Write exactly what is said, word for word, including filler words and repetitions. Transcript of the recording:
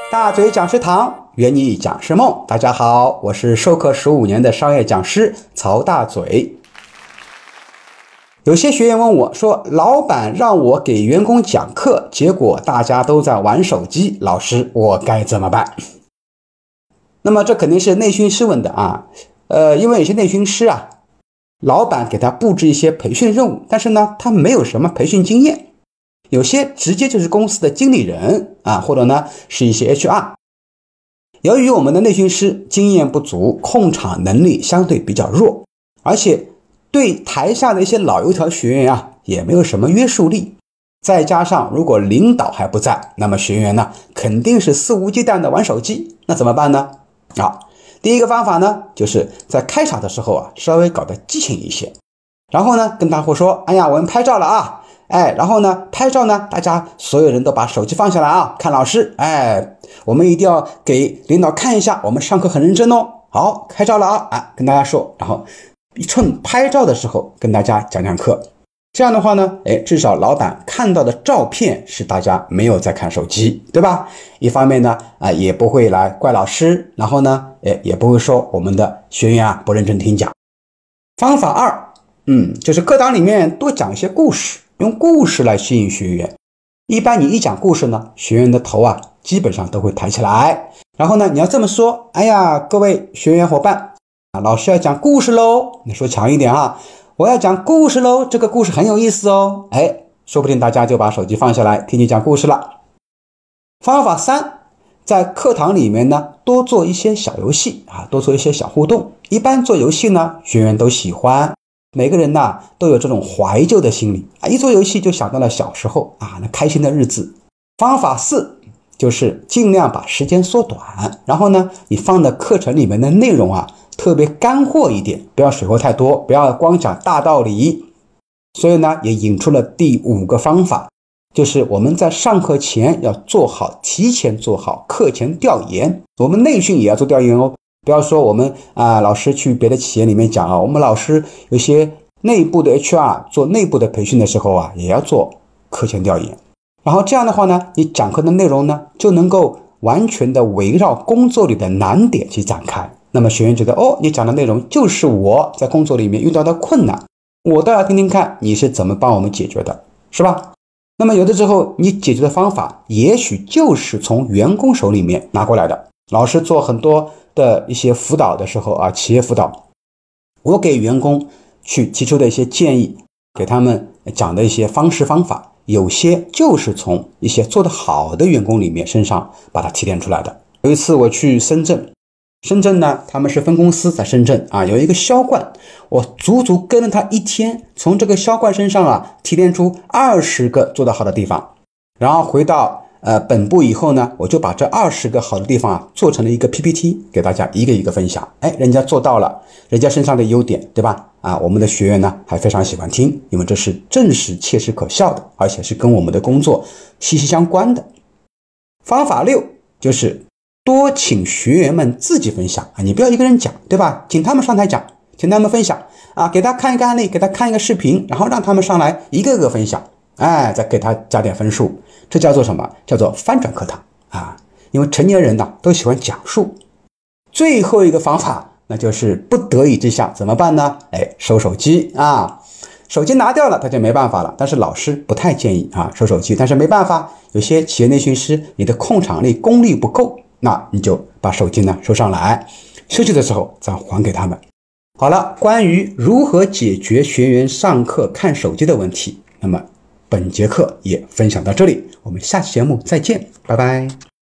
大嘴讲师堂，约你讲师梦。大家好，我是授课十五年的商业讲师曹大嘴。有些学员问我说，老板让我给员工讲课，结果大家都在玩手机，老师我该怎么办？那么这肯定是内训师问的啊，呃，因为有些内训师啊，老板给他布置一些培训任务，但是呢，他没有什么培训经验。有些直接就是公司的经理人啊，或者呢是一些 H R。由于我们的内训师经验不足，控场能力相对比较弱，而且对台下的一些老油条学员啊也没有什么约束力。再加上如果领导还不在，那么学员呢肯定是肆无忌惮的玩手机，那怎么办呢？啊，第一个方法呢，就是在开场的时候啊稍微搞得激情一些，然后呢跟大伙说，哎呀，我们拍照了啊。哎，然后呢，拍照呢，大家所有人都把手机放下来啊，看老师。哎，我们一定要给领导看一下，我们上课很认真哦。好，开照了啊，啊，跟大家说，然后趁拍照的时候跟大家讲讲课。这样的话呢，哎，至少老板看到的照片是大家没有在看手机，对吧？一方面呢，啊，也不会来怪老师，然后呢，哎，也不会说我们的学员啊不认真听讲。方法二，嗯，就是课堂里面多讲一些故事。用故事来吸引学员，一般你一讲故事呢，学员的头啊基本上都会抬起来。然后呢，你要这么说，哎呀，各位学员伙伴啊，老师要讲故事喽，你说强一点啊，我要讲故事喽，这个故事很有意思哦。哎，说不定大家就把手机放下来听你讲故事了。方法三，在课堂里面呢，多做一些小游戏啊，多做一些小互动。一般做游戏呢，学员都喜欢。每个人呢都有这种怀旧的心理啊，一做游戏就想到了小时候啊那开心的日子。方法四就是尽量把时间缩短，然后呢你放的课程里面的内容啊特别干货一点，不要水货太多，不要光讲大道理。所以呢也引出了第五个方法，就是我们在上课前要做好提前做好课前调研，我们内训也要做调研哦。不要说我们啊，老师去别的企业里面讲啊，我们老师有些内部的 H R 做内部的培训的时候啊，也要做课前调研。然后这样的话呢，你讲课的内容呢，就能够完全的围绕工作里的难点去展开。那么学员觉得，哦，你讲的内容就是我在工作里面遇到的困难，我倒要听听看你是怎么帮我们解决的，是吧？那么有的时候你解决的方法，也许就是从员工手里面拿过来的。老师做很多的一些辅导的时候啊，企业辅导，我给员工去提出的一些建议，给他们讲的一些方式方法，有些就是从一些做得好的员工里面身上把它提炼出来的。有一次我去深圳，深圳呢他们是分公司在深圳啊，有一个销冠，我足足跟了他一天，从这个销冠身上啊提炼出二十个做得好的地方，然后回到呃，本部以后呢，我就把这二十个好的地方啊，做成了一个 P P T， 给大家一个一个分享。哎，人家做到了，人家身上的优点，对吧？啊，我们的学员呢还非常喜欢听，因为这是真实、切实、可笑的，而且是跟我们的工作息息相关的。方法六就是多请学员们自己分享啊，你不要一个人讲，对吧？请他们上台讲，请他们分享啊，给他看一个案例，给他看一个视频，然后让他们上来一个个分享。哎，再给他加点分数，这叫做什么？叫做翻转课堂啊！因为成年人呢都喜欢讲述。最后一个方法，那就是不得已之下怎么办呢？哎，收手机啊，手机拿掉了，他就没办法了。但是老师不太建议啊收手机，但是没办法，有些企业内训师你的控场力功力不够，那你就把手机呢收上来，休息的时候再还给他们。好了，关于如何解决学员上课看手机的问题，那么本节课也分享到这里，我们下期节目再见，拜拜。